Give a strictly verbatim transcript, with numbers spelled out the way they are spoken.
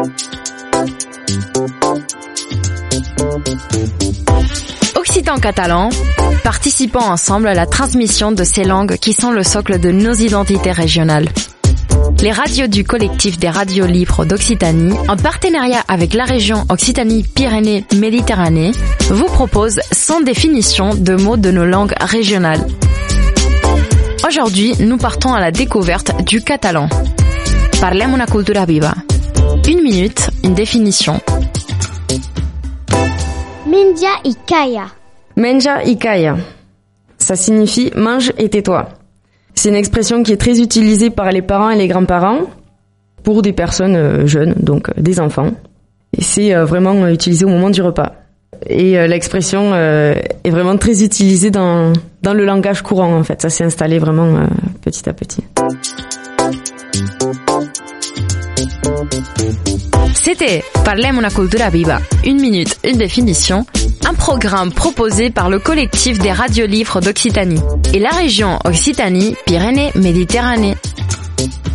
Occitan catalan, participons ensemble à la transmission de ces langues qui sont le socle de nos identités régionales. Les radios du collectif des radios libres d'Occitanie, en partenariat avec la région Occitanie-Pyrénées-Méditerranée, vous proposent cent définitions de mots de nos langues régionales. Aujourd'hui, nous partons à la découverte du catalan. Parlem una cultura viva. Une minute, une définition. Menja i calla. Menja i calla. Ça signifie mange et tais-toi. C'est une expression qui est très utilisée par les parents et les grands-parents pour des personnes jeunes, donc des enfants. Et c'est vraiment utilisé au moment du repas. Et l'expression est vraiment très utilisée dans, dans le langage courant, en fait. Ça s'est installé vraiment petit à petit. C'était Parlem una cultura viva. Une minute, une définition. Un programme proposé par le collectif des radios libres d'Occitanie et la région Occitanie-Pyrénées-Méditerranée.